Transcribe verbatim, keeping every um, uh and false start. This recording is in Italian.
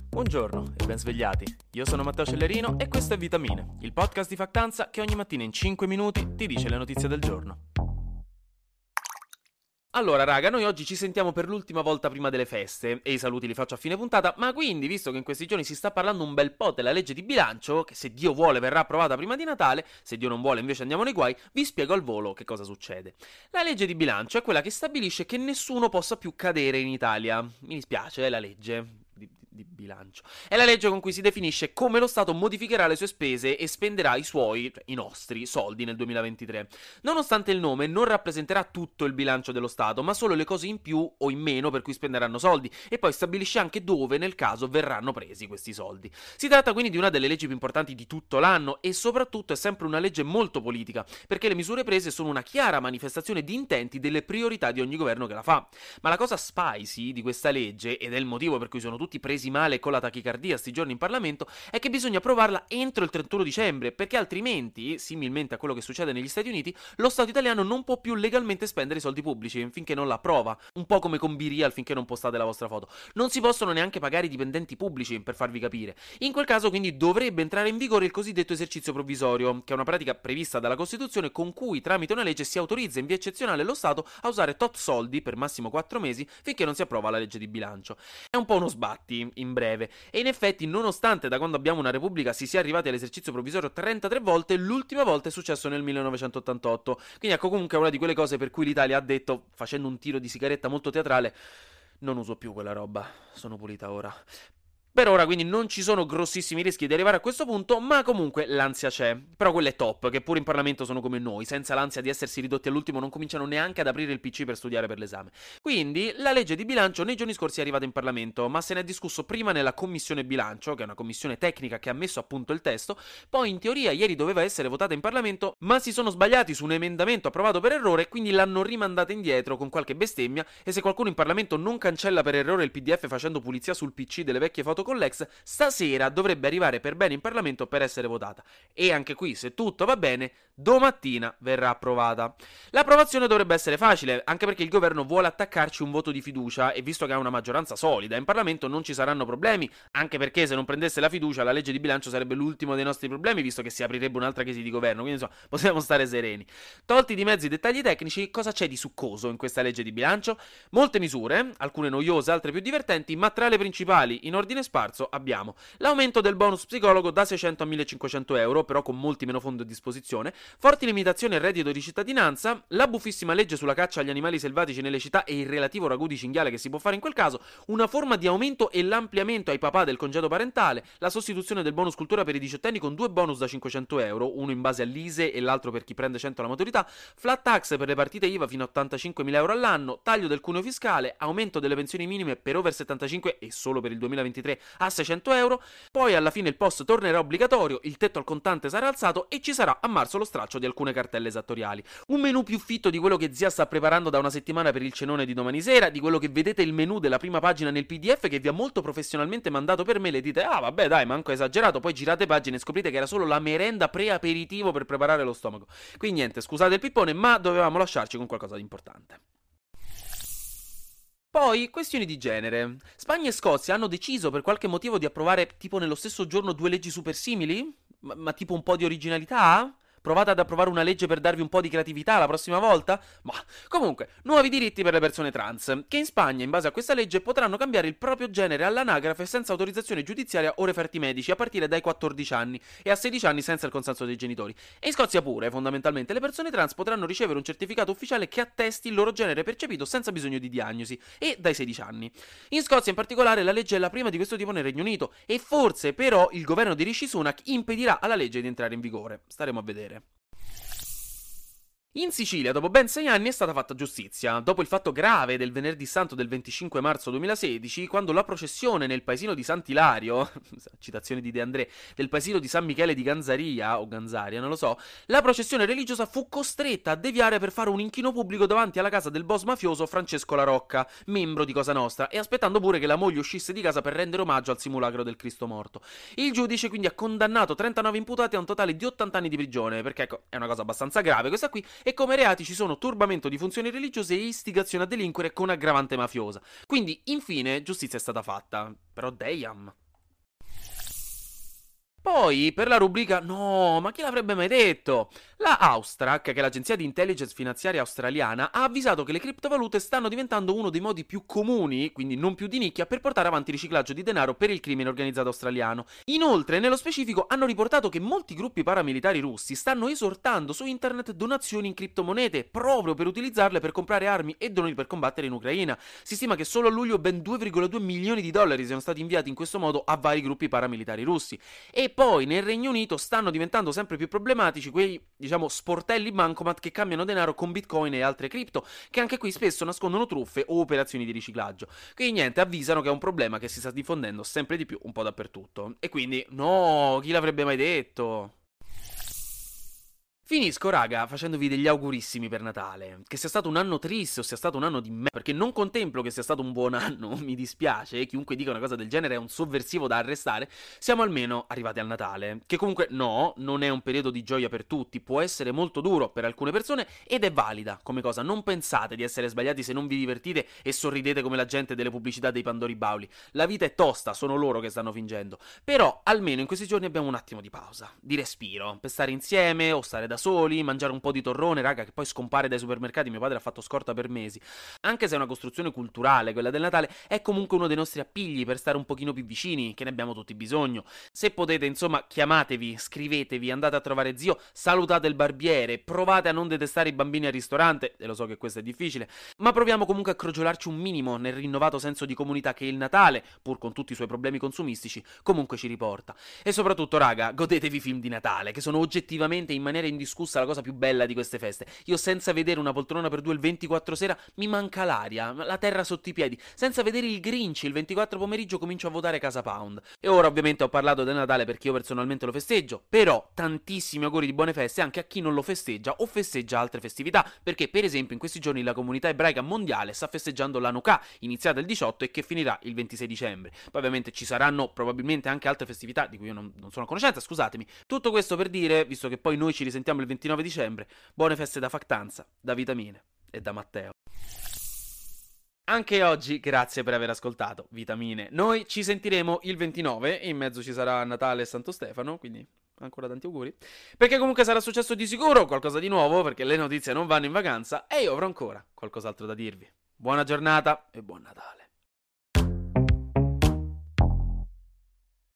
Buongiorno e ben svegliati, io sono Matteo Cellerino e questo è Vitamine, il podcast di Factanza che ogni mattina in cinque minuti ti dice le notizie del giorno. Allora raga, noi oggi ci sentiamo per l'ultima volta prima delle feste e i saluti li faccio a fine puntata, ma quindi, visto che in questi giorni si sta parlando un bel po' della legge di bilancio, che se Dio vuole verrà approvata prima di Natale, se Dio non vuole invece andiamo nei guai, vi spiego al volo che cosa succede. La legge di bilancio è quella che stabilisce che nessuno possa più cadere in Italia. Mi dispiace, è la legge di, di bilancio. È la legge con cui si definisce come lo Stato modificherà le sue spese e spenderà i suoi, cioè i nostri, soldi nel duemilaventitré. Nonostante il nome, non rappresenterà tutto il bilancio dello Stato, ma solo le cose in più o in meno per cui spenderanno soldi, e poi stabilisce anche dove, nel caso, verranno presi questi soldi. Si tratta quindi di una delle leggi più importanti di tutto l'anno e soprattutto è sempre una legge molto politica, perché le misure prese sono una chiara manifestazione di intenti delle priorità di ogni governo che la fa. Ma la cosa spicy di questa legge, ed è il motivo per cui sono tutti presi male con la tachicardia sti giorni in Parlamento, è che bisogna approvarla entro il trentuno dicembre, perché altrimenti, similmente a quello che succede negli Stati Uniti, lo Stato italiano non può più legalmente spendere i soldi pubblici finché non la approva, un po' come con B-Real finché non postate la vostra foto. Non si possono neanche pagare i dipendenti pubblici, per farvi capire. In quel caso quindi dovrebbe entrare in vigore il cosiddetto esercizio provvisorio, che è una pratica prevista dalla Costituzione con cui tramite una legge si autorizza in via eccezionale lo Stato a usare tot soldi per massimo quattro mesi finché non si approva la legge di bilancio. È un po' uno sbatti, in breve, e in effetti nonostante da quando abbiamo una repubblica si sia arrivati all'esercizio provvisorio trentatré volte, l'ultima volta è successo nel millenovecentottantotto. Quindi ecco, comunque è una di quelle cose per cui l'Italia ha detto, facendo un tiro di sigaretta molto teatrale: non uso più quella roba, sono pulita ora. Per ora quindi non ci sono grossissimi rischi di arrivare a questo punto, ma comunque l'ansia c'è. Però quella è top, che pure in Parlamento sono come noi, senza l'ansia di essersi ridotti all'ultimo non cominciano neanche ad aprire il P C per studiare per l'esame. Quindi la legge di bilancio nei giorni scorsi è arrivata in Parlamento, ma se ne è discusso prima nella commissione bilancio, che è una commissione tecnica che ha messo a punto il testo, poi in teoria ieri doveva essere votata in Parlamento, ma si sono sbagliati su un emendamento approvato per errore, quindi l'hanno rimandata indietro con qualche bestemmia, e se qualcuno in Parlamento non cancella per errore il P D F facendo pulizia sul P C delle vecchie foto con l'ex, stasera dovrebbe arrivare per bene in Parlamento per essere votata. E anche qui, se tutto va bene, domattina verrà approvata. L'approvazione dovrebbe essere facile, anche perché il governo vuole attaccarci un voto di fiducia, e visto che ha una maggioranza solida in Parlamento non ci saranno problemi, anche perché se non prendesse la fiducia la legge di bilancio sarebbe l'ultimo dei nostri problemi, visto che si aprirebbe un'altra crisi di governo, quindi insomma possiamo stare sereni. Tolti di mezzo i dettagli tecnici, cosa c'è di succoso in questa legge di bilancio? Molte misure, alcune noiose, altre più divertenti, ma tra le principali, in ordine sparso, abbiamo l'aumento del bonus psicologo da seicento a millecinquecento euro, però con molti meno fondi a disposizione, forti limitazioni al reddito di cittadinanza, la buffissima legge sulla caccia agli animali selvatici nelle città e il relativo ragù di cinghiale che si può fare in quel caso, una forma di aumento e l'ampliamento ai papà del congedo parentale, la sostituzione del bonus cultura per i diciottenni con due bonus da cinquecento euro, uno in base all'I S E e l'altro per chi prende cento alla maturità, flat tax per le partite I V A fino a ottantacinquemila euro all'anno, taglio del cuneo fiscale, aumento delle pensioni minime per over settantacinque e solo per il duemilaventitré a seicento euro, poi alla fine il P O S tornerà obbligatorio, il tetto al contante sarà alzato e ci sarà a marzo lo straccio di alcune cartelle esattoriali. Un menù più fitto di quello che zia sta preparando da una settimana per il cenone di domani sera, di quello che vedete il menù della prima pagina nel P D F che vi ha molto professionalmente mandato per me, le dite ah vabbè dai manco esagerato, poi girate pagine e scoprite che era solo la merenda pre-aperitivo per preparare lo stomaco. Quindi niente, scusate il pippone, ma dovevamo lasciarci con qualcosa di importante. Poi, questioni di genere. Spagna e Scozia hanno deciso per qualche motivo di approvare tipo nello stesso giorno due leggi super simili? Ma, ma tipo un po' di originalità? Provate ad approvare una legge per darvi un po' di creatività la prossima volta? Ma comunque, nuovi diritti per le persone trans, che in Spagna, in base a questa legge, potranno cambiare il proprio genere all'anagrafe senza autorizzazione giudiziaria o referti medici a partire dai quattordici anni e a sedici anni senza il consenso dei genitori. E in Scozia pure, fondamentalmente, le persone trans potranno ricevere un certificato ufficiale che attesti il loro genere percepito senza bisogno di diagnosi, e dai sedici anni. In Scozia in particolare la legge è la prima di questo tipo nel Regno Unito, e forse però il governo di Rishi Sunak impedirà alla legge di entrare in vigore. Staremo a vedere. In Sicilia, dopo ben sei anni, è stata fatta giustizia, dopo il fatto grave del venerdì santo del venticinque marzo duemilasedici, quando la processione nel paesino di Sant'Ilario, citazione di De André, del paesino di San Michele di Ganzaria, o Ganzaria, non lo so, la processione religiosa fu costretta a deviare per fare un inchino pubblico davanti alla casa del boss mafioso Francesco La Rocca, membro di Cosa Nostra, e aspettando pure che la moglie uscisse di casa per rendere omaggio al simulacro del Cristo morto. Il giudice quindi ha condannato trentanove imputati a un totale di ottanta anni di prigione, perché ecco, è una cosa abbastanza grave questa qui, e come reati ci sono turbamento di funzioni religiose e istigazione a delinquere con aggravante mafiosa. Quindi, infine, giustizia è stata fatta. Però damn. Poi, per la rubrica no, ma chi l'avrebbe mai detto? La Austrac, che è l'agenzia di intelligence finanziaria australiana, ha avvisato che le criptovalute stanno diventando uno dei modi più comuni, quindi non più di nicchia, per portare avanti il riciclaggio di denaro per il crimine organizzato australiano. Inoltre, nello specifico, hanno riportato che molti gruppi paramilitari russi stanno esortando su internet donazioni in criptomonete, proprio per utilizzarle per comprare armi e droni per combattere in Ucraina. Si stima che solo a luglio ben due virgola due milioni di dollari siano stati inviati in questo modo a vari gruppi paramilitari russi. E poi nel Regno Unito stanno diventando sempre più problematici quei, diciamo, sportelli bancomat che cambiano denaro con bitcoin e altre cripto, che anche qui spesso nascondono truffe o operazioni di riciclaggio. Quindi niente, avvisano che è un problema che si sta diffondendo sempre di più un po' dappertutto. E quindi, no, chi l'avrebbe mai detto? Finisco, raga, facendovi degli augurissimi per Natale. Che sia stato un anno triste o sia stato un anno di me, perché non contemplo che sia stato un buon anno, mi dispiace, chiunque dica una cosa del genere è un sovversivo da arrestare, siamo almeno arrivati al Natale. Che comunque, no, non è un periodo di gioia per tutti, può essere molto duro per alcune persone ed è valida come cosa. Non pensate di essere sbagliati se non vi divertite e sorridete come la gente delle pubblicità dei Pandori Bauli. La vita è tosta, sono loro che stanno fingendo. Però, almeno in questi giorni abbiamo un attimo di pausa, di respiro, per stare insieme o stare da soli, mangiare un po' di torrone, raga, che poi scompare dai supermercati, mio padre ha fatto scorta per mesi. Anche se è una costruzione culturale, quella del Natale, è comunque uno dei nostri appigli per stare un pochino più vicini, che ne abbiamo tutti bisogno. Se potete, insomma, chiamatevi, scrivetevi, andate a trovare zio, salutate il barbiere, provate a non detestare i bambini al ristorante, e lo so che questo è difficile, ma proviamo comunque a crogiolarci un minimo nel rinnovato senso di comunità che il Natale, pur con tutti i suoi problemi consumistici, comunque ci riporta. E soprattutto, raga, godetevi i film di Natale, che sono oggettivamente in maniera indiscussa la cosa più bella di queste feste. Io senza vedere una poltrona per due il ventiquattro sera mi manca l'aria, la terra sotto i piedi. Senza vedere il Grinch il ventiquattro pomeriggio comincio a votare Casa Pound. E ora ovviamente ho parlato del Natale perché io personalmente lo festeggio, però tantissimi auguri di buone feste anche a chi non lo festeggia o festeggia altre festività, perché per esempio in questi giorni la comunità ebraica mondiale sta festeggiando l'Hanukkah, iniziata il diciotto e che finirà il ventisei dicembre. Poi ovviamente ci saranno probabilmente anche altre festività di cui io non, non sono a conoscenza, scusatemi. Tutto questo per dire, visto che poi noi ci risentiamo il ventinove dicembre, buone feste da Factanza, da Vitamine e da Matteo. Anche oggi grazie per aver ascoltato Vitamine. Noi ci sentiremo il ventinove e in mezzo ci sarà Natale e Santo Stefano, quindi ancora tanti auguri. Perché comunque sarà successo di sicuro qualcosa di nuovo, perché le notizie non vanno in vacanza e io avrò ancora qualcos'altro da dirvi. Buona giornata e buon Natale.